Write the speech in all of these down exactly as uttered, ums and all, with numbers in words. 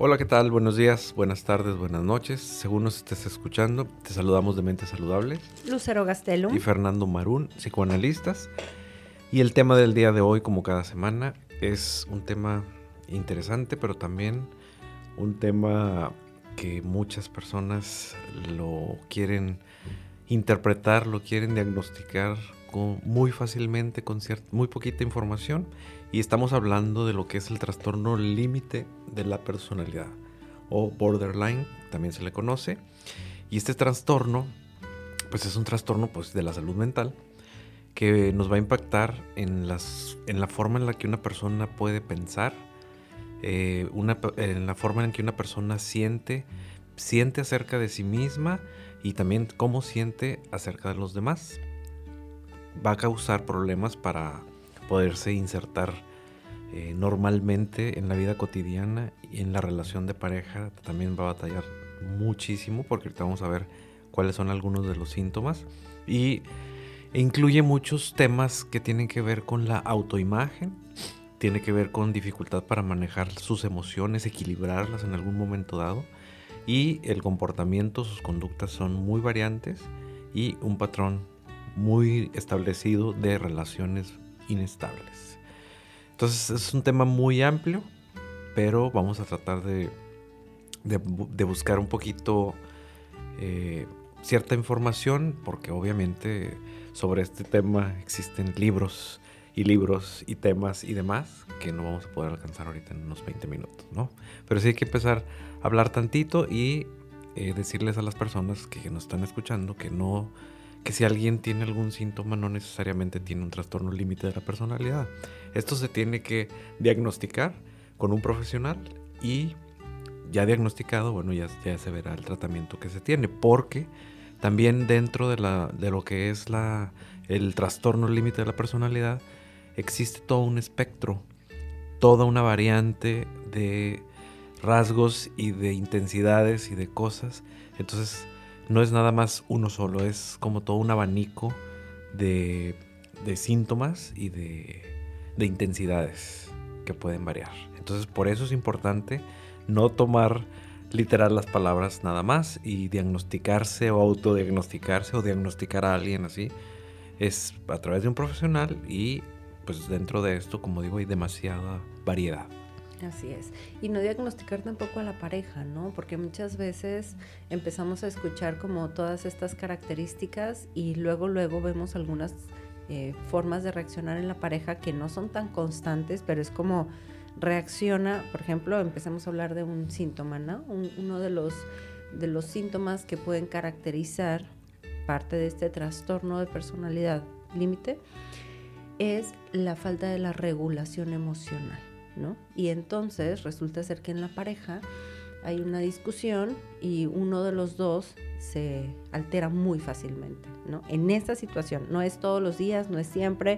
Hola, ¿qué tal? Buenos días, buenas tardes, buenas noches. Según nos estés escuchando, te saludamos de Mentes Saludables. Lucero Gastelum y Fernando Marún, psicoanalistas. Y el tema del día de hoy, como cada semana, es un tema interesante, pero también un tema que muchas personas lo quieren interpretar, lo quieren diagnosticar con, muy fácilmente, con cierta, muy poquita información. Y estamos hablando de lo que es el trastorno límite de la personalidad, o borderline, también se le conoce. Y este trastorno, pues es un trastorno pues, de la salud mental, que nos va a impactar en, las, en la forma en la que una persona puede pensar, eh, una, en la forma en que una persona siente, siente acerca de sí misma y también cómo siente acerca de los demás. Va a causar problemas para poderse insertar eh, normalmente en la vida cotidiana y en la relación de pareja. También va a batallar muchísimo, porque ahorita vamos a ver cuáles son algunos de los síntomas. Y E incluye muchos temas que tienen que ver con la autoimagen, tiene que ver con dificultad para manejar sus emociones, equilibrarlas en algún momento dado, y el comportamiento, sus conductas son muy variantes y un patrón muy establecido de relaciones inestables. Entonces es un tema muy amplio, pero vamos a tratar de, de, de buscar un poquito eh, cierta información, porque obviamente sobre este tema existen libros y libros y temas y demás que no vamos a poder alcanzar ahorita en unos veinte minutos, ¿no? Pero sí hay que empezar a hablar tantito y eh, decirles a las personas que nos están escuchando que no, que si alguien tiene algún síntoma no necesariamente tiene un trastorno límite de la personalidad. Esto se tiene que diagnosticar con un profesional y ya diagnosticado, bueno, ya, ya se verá el tratamiento que se tiene, porque también dentro de, la, de lo que es la, el trastorno límite de la personalidad existe todo un espectro, toda una variante de rasgos y de intensidades y de cosas. Entonces no es nada más uno solo, es como todo un abanico de, de síntomas y de, de intensidades que pueden variar. Entonces por eso es importante no tomar literal las palabras nada más y diagnosticarse o autodiagnosticarse o diagnosticar a alguien así. Es a través de un profesional y pues dentro de esto, como digo, hay demasiada variedad. Así es. Y no diagnosticar tampoco a la pareja, ¿no? Porque muchas veces empezamos a escuchar como todas estas características y luego, luego vemos algunas eh, formas de reaccionar en la pareja que no son tan constantes, pero es como reacciona. Por ejemplo, empecemos a hablar de un síntoma, ¿no? Un, uno de los, de los síntomas que pueden caracterizar parte de este trastorno de personalidad límite es la falta de la regulación emocional, ¿no? Y entonces resulta ser que en la pareja hay una discusión y uno de los dos se altera muy fácilmente, ¿no? En esta situación, no es todos los días, no es siempre,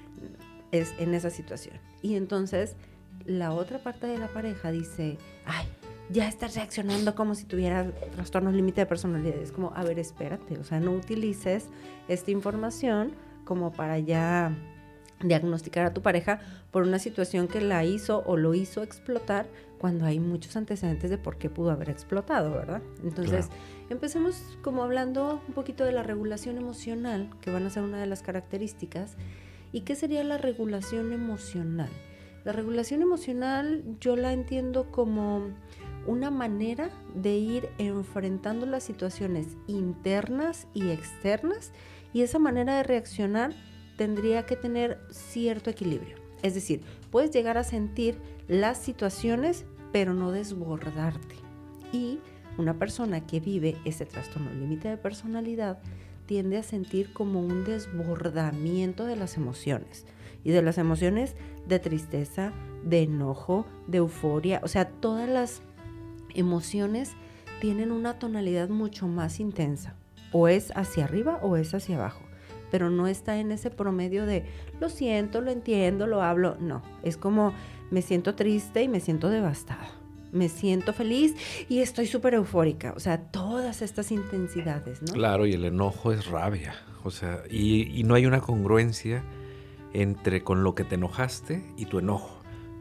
es en esa situación. Y entonces la otra parte de la pareja dice, ay, ya estás reaccionando como si tuvieras trastornos límite de personalidad. Es como, a ver, espérate, o sea, no utilices esta información como para ya diagnosticar a tu pareja por una situación que la hizo o lo hizo explotar cuando hay muchos antecedentes de por qué pudo haber explotado, ¿verdad? Entonces, claro, empecemos como hablando un poquito de la regulación emocional, que van a ser una de las características. ¿Y qué sería la regulación emocional? La regulación emocional yo la entiendo como una manera de ir enfrentando las situaciones internas y externas, y esa manera de reaccionar tendría que tener cierto equilibrio. Es decir, puedes llegar a sentir las situaciones, pero no desbordarte. Y una persona que vive ese trastorno límite de personalidad tiende a sentir como un desbordamiento de las emociones. Y de las emociones de tristeza, de enojo, de euforia. O sea, todas las emociones tienen una tonalidad mucho más intensa. O es hacia arriba o es hacia abajo. Pero no está en ese promedio de lo siento, lo entiendo, lo hablo. No, es como me siento triste y me siento devastada. Me siento feliz y estoy súper eufórica. O sea, todas estas intensidades, ¿no? Claro, y el enojo es rabia. O sea, y, y no hay una congruencia entre con lo que te enojaste y tu enojo.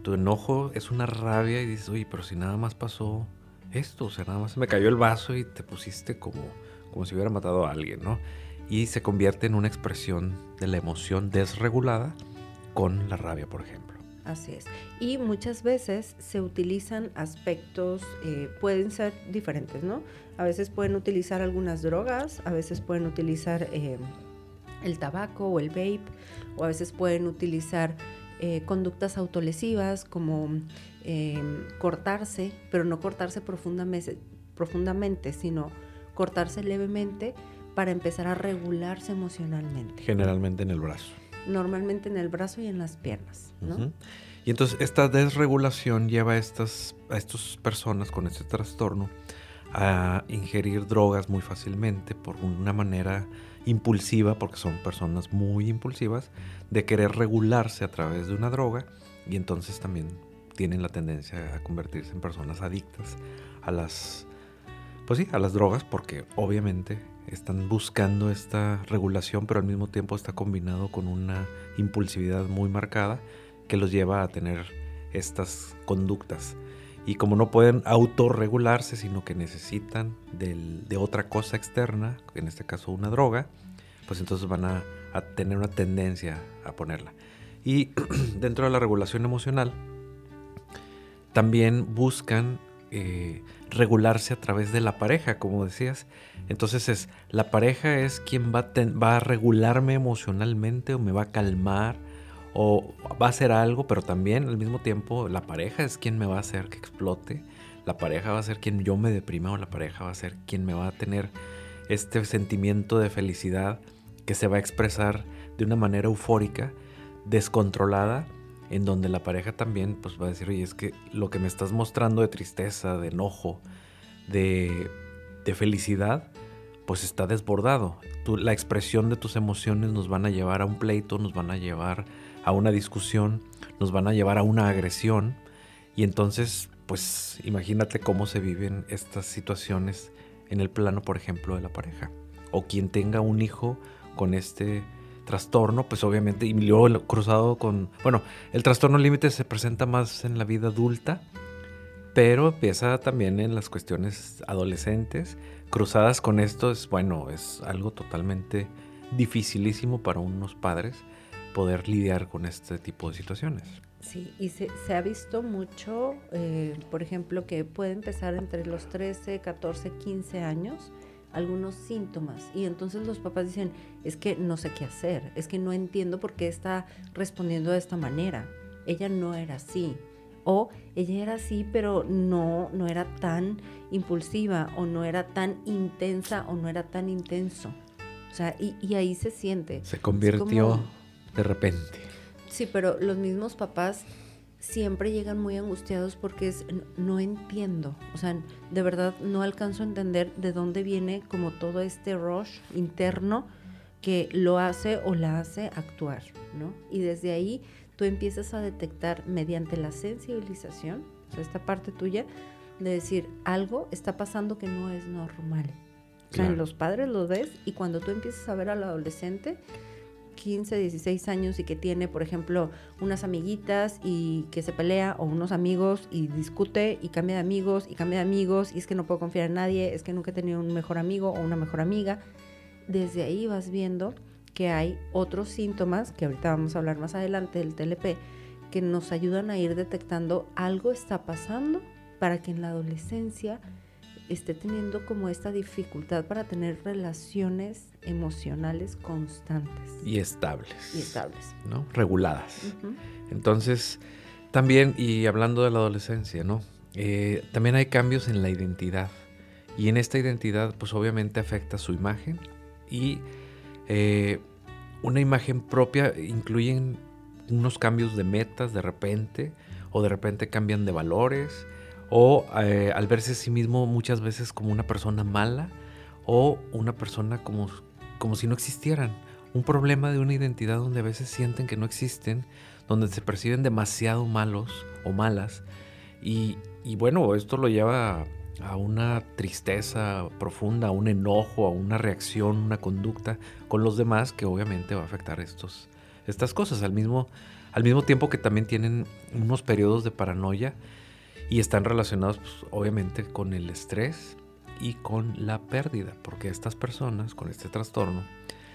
tu enojo es una rabia y dices, oye, pero si nada más pasó esto, o sea, nada más se me cayó el vaso y te pusiste como, como si hubiera matado a alguien, ¿no? Y se convierte en una expresión de la emoción desregulada con la rabia, por ejemplo. Así es. Y muchas veces se utilizan aspectos, eh, pueden ser diferentes, ¿no? A veces pueden utilizar algunas drogas, a veces pueden utilizar eh, el tabaco o el vape, o a veces pueden utilizar eh, conductas autolesivas como eh, cortarse, pero no cortarse profundamente, profundamente, sino cortarse levemente para empezar a regularse emocionalmente. Generalmente en el brazo. Normalmente en el brazo y en las piernas, ¿no? Uh-huh. Y entonces esta desregulación lleva a estas a estas personas con este trastorno a ingerir drogas muy fácilmente por una manera impulsiva, porque son personas muy impulsivas, de querer regularse a través de una droga, y entonces también tienen la tendencia a convertirse en personas adictas a las, pues sí, a las drogas, porque obviamente están buscando esta regulación, pero al mismo tiempo está combinado con una impulsividad muy marcada que los lleva a tener estas conductas. Y como no pueden autorregularse, sino que necesitan del, de otra cosa externa, en este caso una droga, pues entonces van a, a tener una tendencia a ponerla. Y dentro de la regulación emocional, también buscan eh, regularse a través de la pareja, como decías. Entonces es, la pareja es quien va a, ten, va a regularme emocionalmente o me va a calmar o va a hacer algo, pero también al mismo tiempo la pareja es quien me va a hacer que explote. La pareja va a ser quien yo me deprima, o la pareja va a ser quien me va a tener este sentimiento de felicidad que se va a expresar de una manera eufórica, descontrolada, en donde la pareja también pues va a decir, oye, es que lo que me estás mostrando de tristeza, de enojo, de, de felicidad, pues está desbordado. Tú, la expresión de tus emociones nos van a llevar a un pleito, nos van a llevar a una discusión, nos van a llevar a una agresión, y entonces pues imagínate cómo se viven estas situaciones en el plano, por ejemplo, de la pareja. O quien tenga un hijo con este trastorno, pues obviamente, y luego cruzado con, bueno, el trastorno límite se presenta más en la vida adulta, pero empieza también en las cuestiones adolescentes. Cruzadas con esto es, bueno, es algo totalmente dificilísimo para unos padres poder lidiar con este tipo de situaciones. Sí, y se, se ha visto mucho, eh, por ejemplo, que puede empezar entre los trece, catorce, quince años algunos síntomas, y entonces los papás dicen, es que no sé qué hacer, es que no entiendo por qué está respondiendo de esta manera, ella no era así, o ella era así pero no, no era tan impulsiva, o no era tan intensa, o no era tan intenso, o sea, y, y ahí se siente. Se convirtió como, de repente. Sí, pero los mismos papás siempre llegan muy angustiados porque es, no entiendo, o sea, de verdad no alcanzo a entender de dónde viene como todo este rush interno que lo hace o la hace actuar, ¿no? Y desde ahí tú empiezas a detectar mediante la sensibilización, o sea, esta parte tuya de decir, algo está pasando que no es normal. O sea, claro. En los padres lo ves, y cuando tú empiezas a ver al adolescente, quince, dieciséis años, y que tiene, por ejemplo, unas amiguitas y que se pelea, o unos amigos y discute y cambia de amigos y cambia de amigos, y es que no puedo confiar en nadie, es que nunca he tenido un mejor amigo o una mejor amiga. Desde ahí vas viendo que hay otros síntomas, que ahorita vamos a hablar más adelante del T L P, que nos ayudan a ir detectando algo está pasando para que en la adolescencia esté teniendo como esta dificultad para tener relaciones emocionales constantes. Y estables. Y estables. ¿No? Reguladas. Uh-huh. Entonces, también, y hablando de la adolescencia, ¿no? Eh, también hay cambios en la identidad. Y en esta identidad, pues obviamente afecta su imagen. Y eh, una imagen propia incluyen unos cambios de metas de repente, o de repente cambian de valores, o eh, al verse a sí mismo muchas veces como una persona mala, o una persona como, como si no existieran. Un problema de una identidad donde a veces sienten que no existen, donde se perciben demasiado malos o malas. Y, y bueno, esto lo lleva a, a una tristeza profunda, a un enojo, a una reacción, una conducta con los demás que obviamente va a afectar estos, estas cosas. Al mismo, al mismo tiempo que también tienen unos periodos de paranoia y están relacionados pues, obviamente con el estrés y con la pérdida, porque estas personas con este trastorno,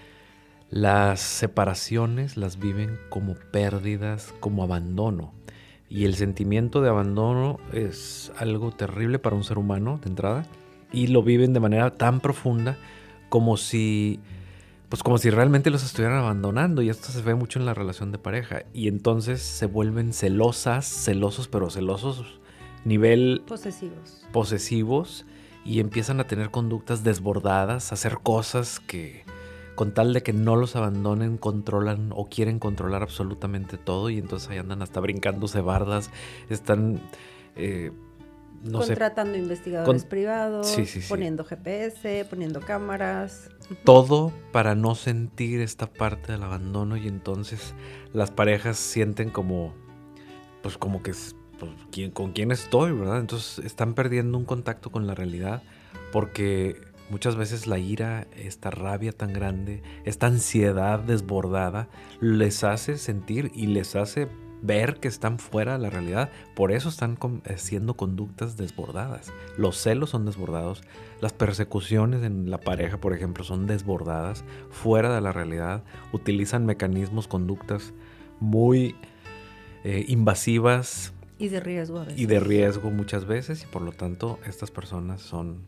las separaciones las viven como pérdidas, como abandono. Y el sentimiento de abandono es algo terrible para un ser humano de entrada, y lo viven de manera tan profunda como si, pues como si realmente los estuvieran abandonando. Y esto se ve mucho en la relación de pareja. Y entonces se vuelven celosas, celosos, pero celosos nivel posesivos. posesivos, y empiezan a tener conductas desbordadas, a hacer cosas que con tal de que no los abandonen, controlan o quieren controlar absolutamente todo, y entonces ahí andan hasta brincándose bardas, están, eh, no contratando sé, investigadores con... privados, sí, sí, sí. poniendo G P S, poniendo cámaras. Todo para no sentir esta parte del abandono, y entonces las parejas sienten como, pues como que, pues, ¿quién, con quién estoy, ¿verdad? Entonces están perdiendo un contacto con la realidad, porque muchas veces la ira, esta rabia tan grande, esta ansiedad desbordada, les hace sentir y les hace ver que están fuera de la realidad. Por eso están haciendo conductas desbordadas. Los celos son desbordados. Las persecuciones en la pareja, por ejemplo, son desbordadas, fuera de la realidad. Utilizan mecanismos, conductas muy eh, invasivas. Y de riesgo a veces. Y de riesgo muchas veces. Y por lo tanto, estas personas son...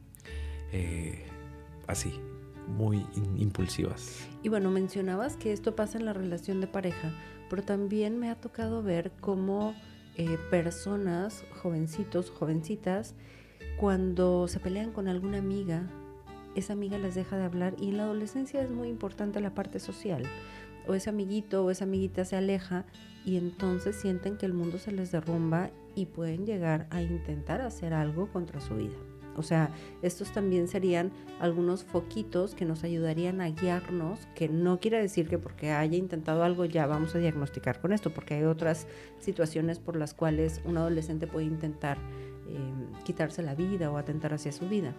Eh, así, muy in- impulsivas. Y bueno, mencionabas que esto pasa en la relación de pareja, pero también me ha tocado ver cómo eh, personas, jovencitos, jovencitas, cuando se pelean con alguna amiga, esa amiga les deja de hablar, y en la adolescencia es muy importante la parte social. O ese amiguito o esa amiguita se aleja, y entonces sienten que el mundo se les derrumba y pueden llegar a intentar hacer algo contra su vida. O sea, estos también serían algunos foquitos que nos ayudarían a guiarnos, que no quiere decir que porque haya intentado algo ya vamos a diagnosticar con esto, porque hay otras situaciones por las cuales un adolescente puede intentar eh, quitarse la vida o atentar hacia su vida.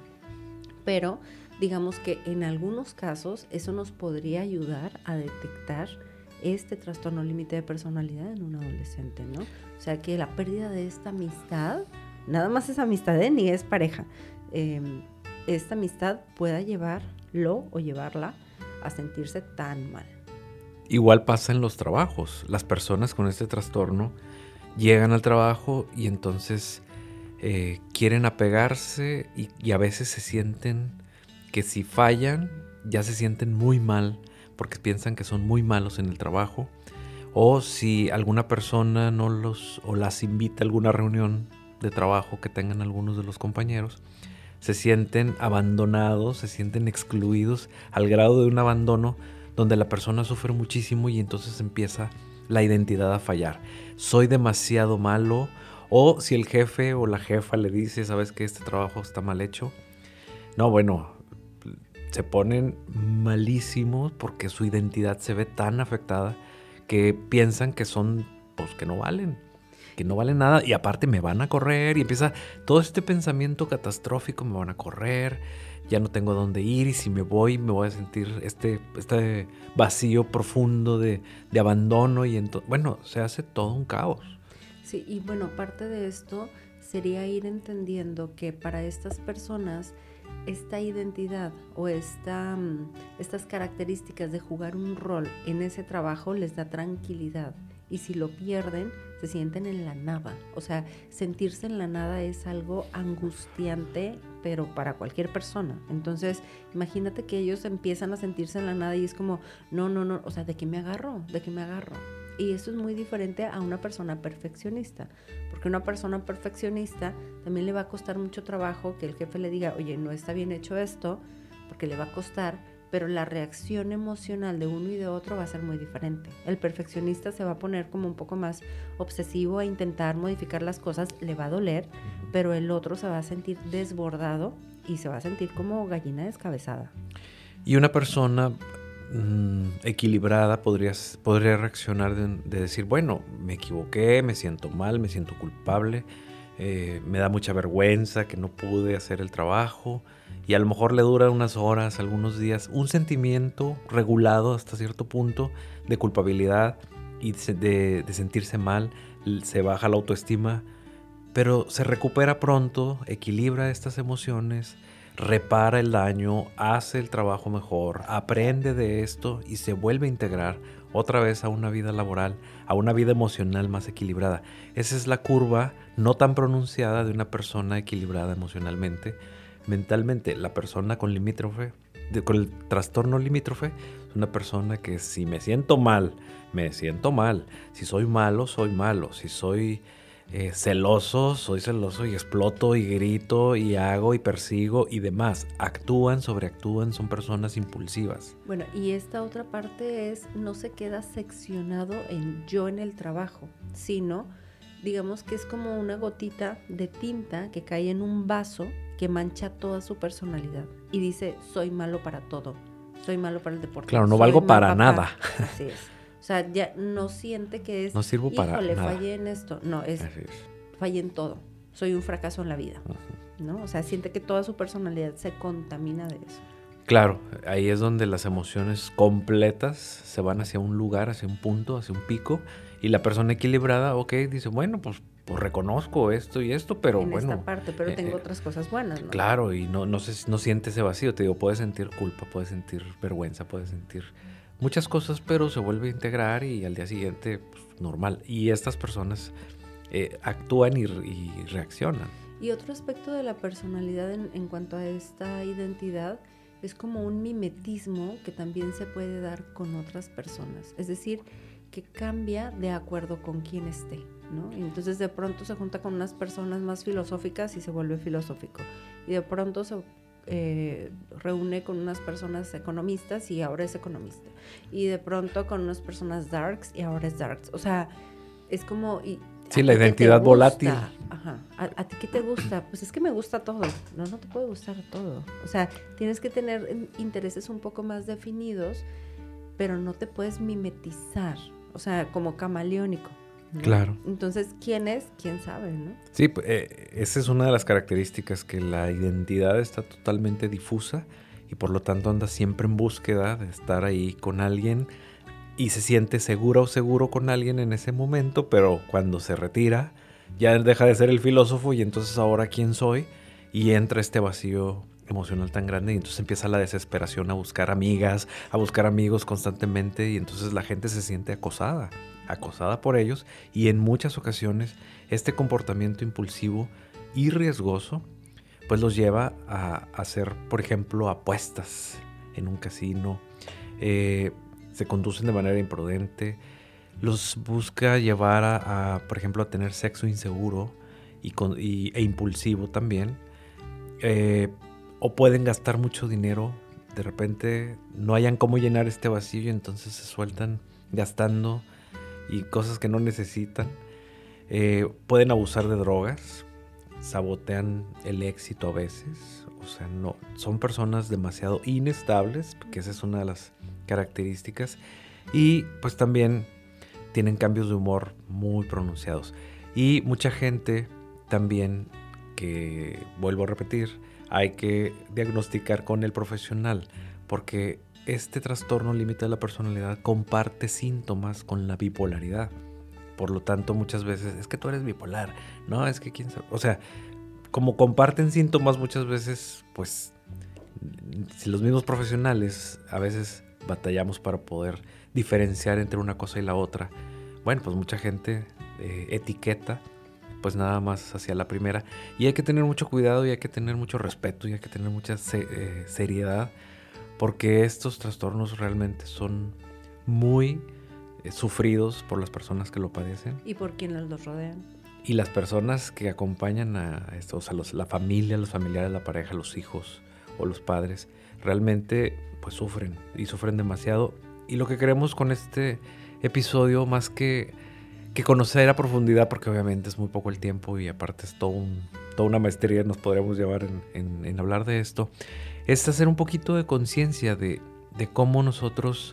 Pero digamos que en algunos casos eso nos podría ayudar a detectar este trastorno límite de personalidad en un adolescente, ¿no? O sea, que la pérdida de esta amistad, nada más es amistad, ¿eh? Ni es pareja. Eh, esta amistad pueda llevarlo o llevarla a sentirse tan mal. Igual pasa en los trabajos. Las personas con este trastorno llegan al trabajo y entonces eh, quieren apegarse y, y a veces se sienten que si fallan ya se sienten muy mal porque piensan que son muy malos en el trabajo, o si alguna persona no los o las invita a alguna reunión de trabajo que tengan algunos de los compañeros, se sienten abandonados, se sienten excluidos al grado de un abandono donde la persona sufre muchísimo, y entonces empieza la identidad a fallar. Soy demasiado malo, o si el jefe o la jefa le dice, ¿sabes qué? Este trabajo está mal hecho. No, bueno, se ponen malísimos porque su identidad se ve tan afectada que piensan que son, pues que no valen. que no vale nada, y aparte me van a correr, y empieza todo este pensamiento catastrófico: me van a correr, ya no tengo dónde ir, y si me voy me voy a sentir este, este vacío profundo de, de abandono, y entonces, bueno, se hace todo un caos. Sí, y bueno, parte de esto sería ir entendiendo que para estas personas esta identidad o esta, estas características de jugar un rol en ese trabajo les da tranquilidad, y si lo pierden se sienten en la nada. O sea, sentirse en la nada es algo angustiante, pero para cualquier persona. Entonces, imagínate que ellos empiezan a sentirse en la nada y es como, no, no, no, o sea, ¿de qué me agarro? ¿De qué me agarro? Y eso es muy diferente a una persona perfeccionista, porque una persona perfeccionista también le va a costar mucho trabajo que el jefe le diga, oye, no está bien hecho esto, porque le va a costar, pero la reacción emocional de uno y de otro va a ser muy diferente. El perfeccionista se va a poner como un poco más obsesivo a intentar modificar las cosas, le va a doler, pero el otro se va a sentir desbordado y se va a sentir como gallina descabezada. Y una persona mmm, equilibrada podría, podría reaccionar de, de decir, bueno, me equivoqué, me siento mal, me siento culpable, eh, me da mucha vergüenza que no pude hacer el trabajo, y a lo mejor le dura unas horas, algunos días, un sentimiento regulado hasta cierto punto de culpabilidad, y de, de sentirse mal, se baja la autoestima, pero se recupera pronto, equilibra estas emociones, repara el daño, hace el trabajo mejor, aprende de esto y se vuelve a integrar otra vez a una vida laboral, a una vida emocional más equilibrada. Esa es la curva no tan pronunciada de una persona equilibrada emocionalmente, mentalmente. La persona con limítrofe, de, con el trastorno limítrofe, es una persona que si me siento mal, me siento mal. Si soy malo, soy malo. Si soy eh, celoso, soy celoso y exploto y grito y hago y persigo y demás. Actúan, sobreactúan, son personas impulsivas. Bueno, y esta otra parte es, no se queda seccionado en yo en el trabajo, sino, digamos que es como una gotita de tinta que cae en un vaso que mancha toda su personalidad y dice, soy malo para todo, soy malo para el deporte. Claro, no valgo para papá. Nada. Así es. O sea, ya no siente que es, no sirvo para híjole, nada. fallé en esto. No, es, es, fallé en todo. Soy un fracaso en la vida, uh-huh. ¿no? O sea, siente que toda su personalidad se contamina de eso. Claro, ahí es donde las emociones completas se van hacia un lugar, hacia un punto, hacia un pico. Y la persona equilibrada, ok, dice, bueno, pues, pues reconozco esto y esto, pero en bueno. En esta parte, pero eh, tengo otras cosas buenas, ¿no? Claro, y no, no, se, no siente ese vacío. Te digo, puedes sentir culpa, puedes sentir vergüenza, puedes sentir muchas cosas, pero se vuelve a integrar y al día siguiente, pues, normal. Y estas personas eh, actúan y, y reaccionan. Y otro aspecto de la personalidad en, en cuanto a esta identidad es como un mimetismo que también se puede dar con otras personas. Es decir, que cambia de acuerdo con quién esté, ¿no? Y entonces de pronto se junta con unas personas más filosóficas y se vuelve filosófico. Y de pronto se eh, reúne con unas personas economistas y ahora es economista. Y de pronto con unas personas darks y ahora es darks. O sea, es como... Y, sí, la identidad volátil. Ajá. ¿A, ¿A ti qué te gusta? Pues es que me gusta todo. No, no te puede gustar todo. O sea, tienes que tener intereses un poco más definidos, pero no te puedes mimetizar. O sea, como camaleónico, ¿no? Claro. Entonces, ¿quién es? ¿Quién sabe, no? Sí, eh, esa es una de las características, que la identidad está totalmente difusa y por lo tanto anda siempre en búsqueda de estar ahí con alguien y se siente segura o seguro con alguien en ese momento, pero cuando se retira ya deja de ser el filósofo y entonces ahora ¿quién soy? Y entra este vacío emocional tan grande y entonces empieza la desesperación a buscar amigas, a buscar amigos constantemente y entonces la gente se siente acosada, acosada por ellos y en muchas ocasiones este comportamiento impulsivo y riesgoso pues los lleva a hacer, por ejemplo, apuestas en un casino, eh, se conducen de manera imprudente, los busca llevar a, a por ejemplo, a tener sexo inseguro y, con, y, e impulsivo también, eh, o pueden gastar mucho dinero, de repente no hayan cómo llenar este vacío y entonces se sueltan gastando y cosas que no necesitan. Eh, pueden abusar de drogas, sabotean el éxito a veces, o sea, no, son personas demasiado inestables, que esa es una de las características, y pues también tienen cambios de humor muy pronunciados. Y mucha gente también, que vuelvo a repetir, hay que diagnosticar con el profesional, porque este trastorno límite de la personalidad comparte síntomas con la bipolaridad. Por lo tanto, muchas veces, es que tú eres bipolar, no, es que quién sabe. O sea, como comparten síntomas muchas veces, pues, si los mismos profesionales a veces batallamos para poder diferenciar entre una cosa y la otra, bueno, pues mucha gente eh, etiqueta pues nada más hacia la primera, y hay que tener mucho cuidado y hay que tener mucho respeto y hay que tener mucha se- eh, seriedad, porque estos trastornos realmente son muy eh, sufridos por las personas que lo padecen y por quienes los rodean y las personas que acompañan a esto, o sea, los, la familia, los familiares, la pareja, los hijos o los padres, realmente pues sufren y sufren demasiado. Y lo que queremos con este episodio, más que que conocer a profundidad, porque obviamente es muy poco el tiempo y aparte es todo un, toda una maestría nos podríamos llevar en, en, en hablar de esto, es hacer un poquito de conciencia de, de cómo nosotros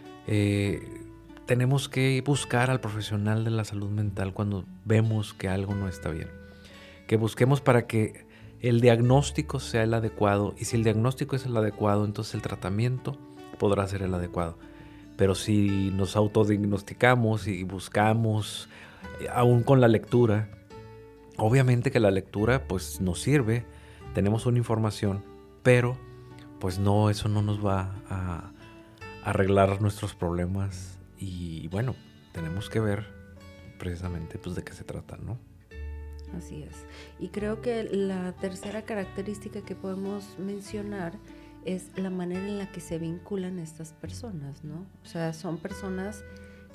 eh, tenemos que buscar al profesional de la salud mental cuando vemos que algo no está bien, que busquemos para que el diagnóstico sea el adecuado, y si el diagnóstico es el adecuado, entonces el tratamiento podrá ser el adecuado. Pero si nos autodiagnosticamos y buscamos, eh, aún con la lectura, obviamente que la lectura pues nos sirve, tenemos una información, pero pues no, eso no nos va a arreglar nuestros problemas y bueno, tenemos que ver precisamente pues de qué se trata, ¿no? Así es. Y creo que la tercera característica que podemos mencionar es la manera en la que se vinculan estas personas, ¿no? O sea, son personas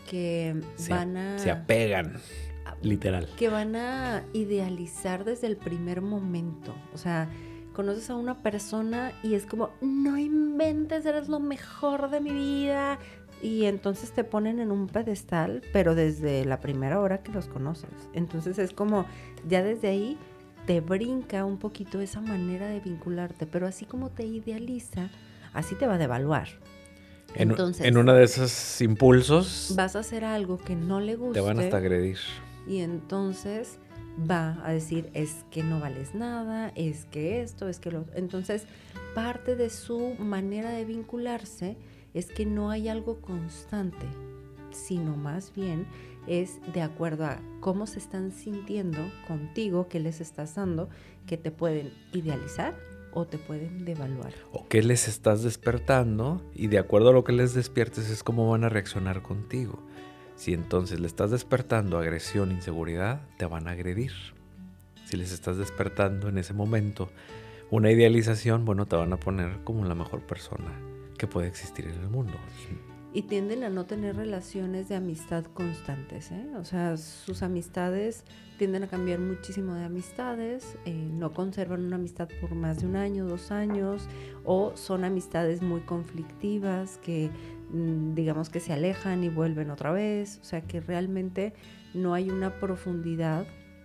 que se, van a... Se apegan, a, literal. Que van a idealizar desde el primer momento. O sea, conoces a una persona y es como, no inventes, eres lo mejor de mi vida. Y entonces te ponen en un pedestal, pero desde la primera hora que los conoces. Entonces es como, ya desde ahí te brinca un poquito esa manera de vincularte, pero así como te idealiza, así te va a devaluar. En, entonces, en uno de esos impulsos vas a hacer algo que no le guste. Te van hasta agredir. Y entonces va a decir, es que no vales nada, es que esto, es que lo... Entonces, parte de su manera de vincularse es que no hay algo constante, sino más bien es de acuerdo a cómo se están sintiendo contigo, qué les estás dando, que te pueden idealizar o te pueden devaluar. O qué les estás despertando y de acuerdo a lo que les despiertes es cómo van a reaccionar contigo. Si entonces le estás despertando agresión, inseguridad, te van a agredir. Si les estás despertando en ese momento una idealización, bueno, te van a poner como la mejor persona que puede existir en el mundo. Y tienden a no tener relaciones de amistad constantes, ¿eh? O sea, sus amistades tienden a cambiar muchísimo de amistades, eh, no conservan una amistad por más de un año, dos años, o son amistades muy conflictivas que mmm, digamos que se alejan y vuelven otra vez, o sea que realmente no hay una profundidad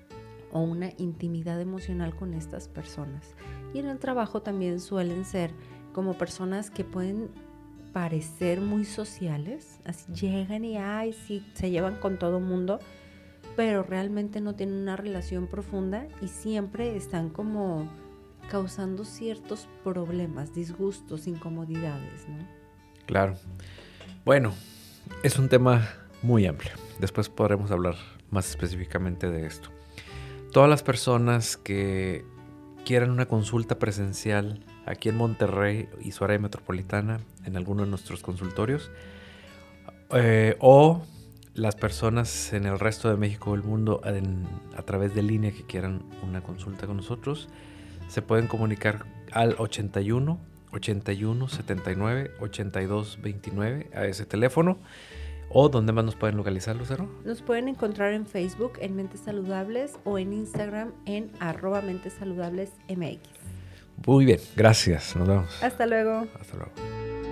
o una intimidad emocional con estas personas. Y en el trabajo también suelen ser como personas que pueden parecer muy sociales, así llegan y ay, sí, se llevan con todo mundo, pero realmente no tienen una relación profunda y siempre están como causando ciertos problemas, disgustos, incomodidades, ¿no? Claro. Bueno, es un tema muy amplio. Después podremos hablar más específicamente de esto. Todas las personas que quieran una consulta presencial aquí en Monterrey y su área metropolitana, en alguno de nuestros consultorios, eh, o las personas en el resto de México o el mundo en, a través de línea que quieran una consulta con nosotros, se pueden comunicar al ochenta y uno, ochenta y uno, setenta y nueve, ochenta y dos, veintinueve a ese teléfono. ¿O dónde más nos pueden localizar, Lucero? Nos pueden encontrar en Facebook en Mentes Saludables o en Instagram en arroba Mentes Saludables M X. Muy bien, gracias. Nos vemos. Hasta luego. Hasta luego.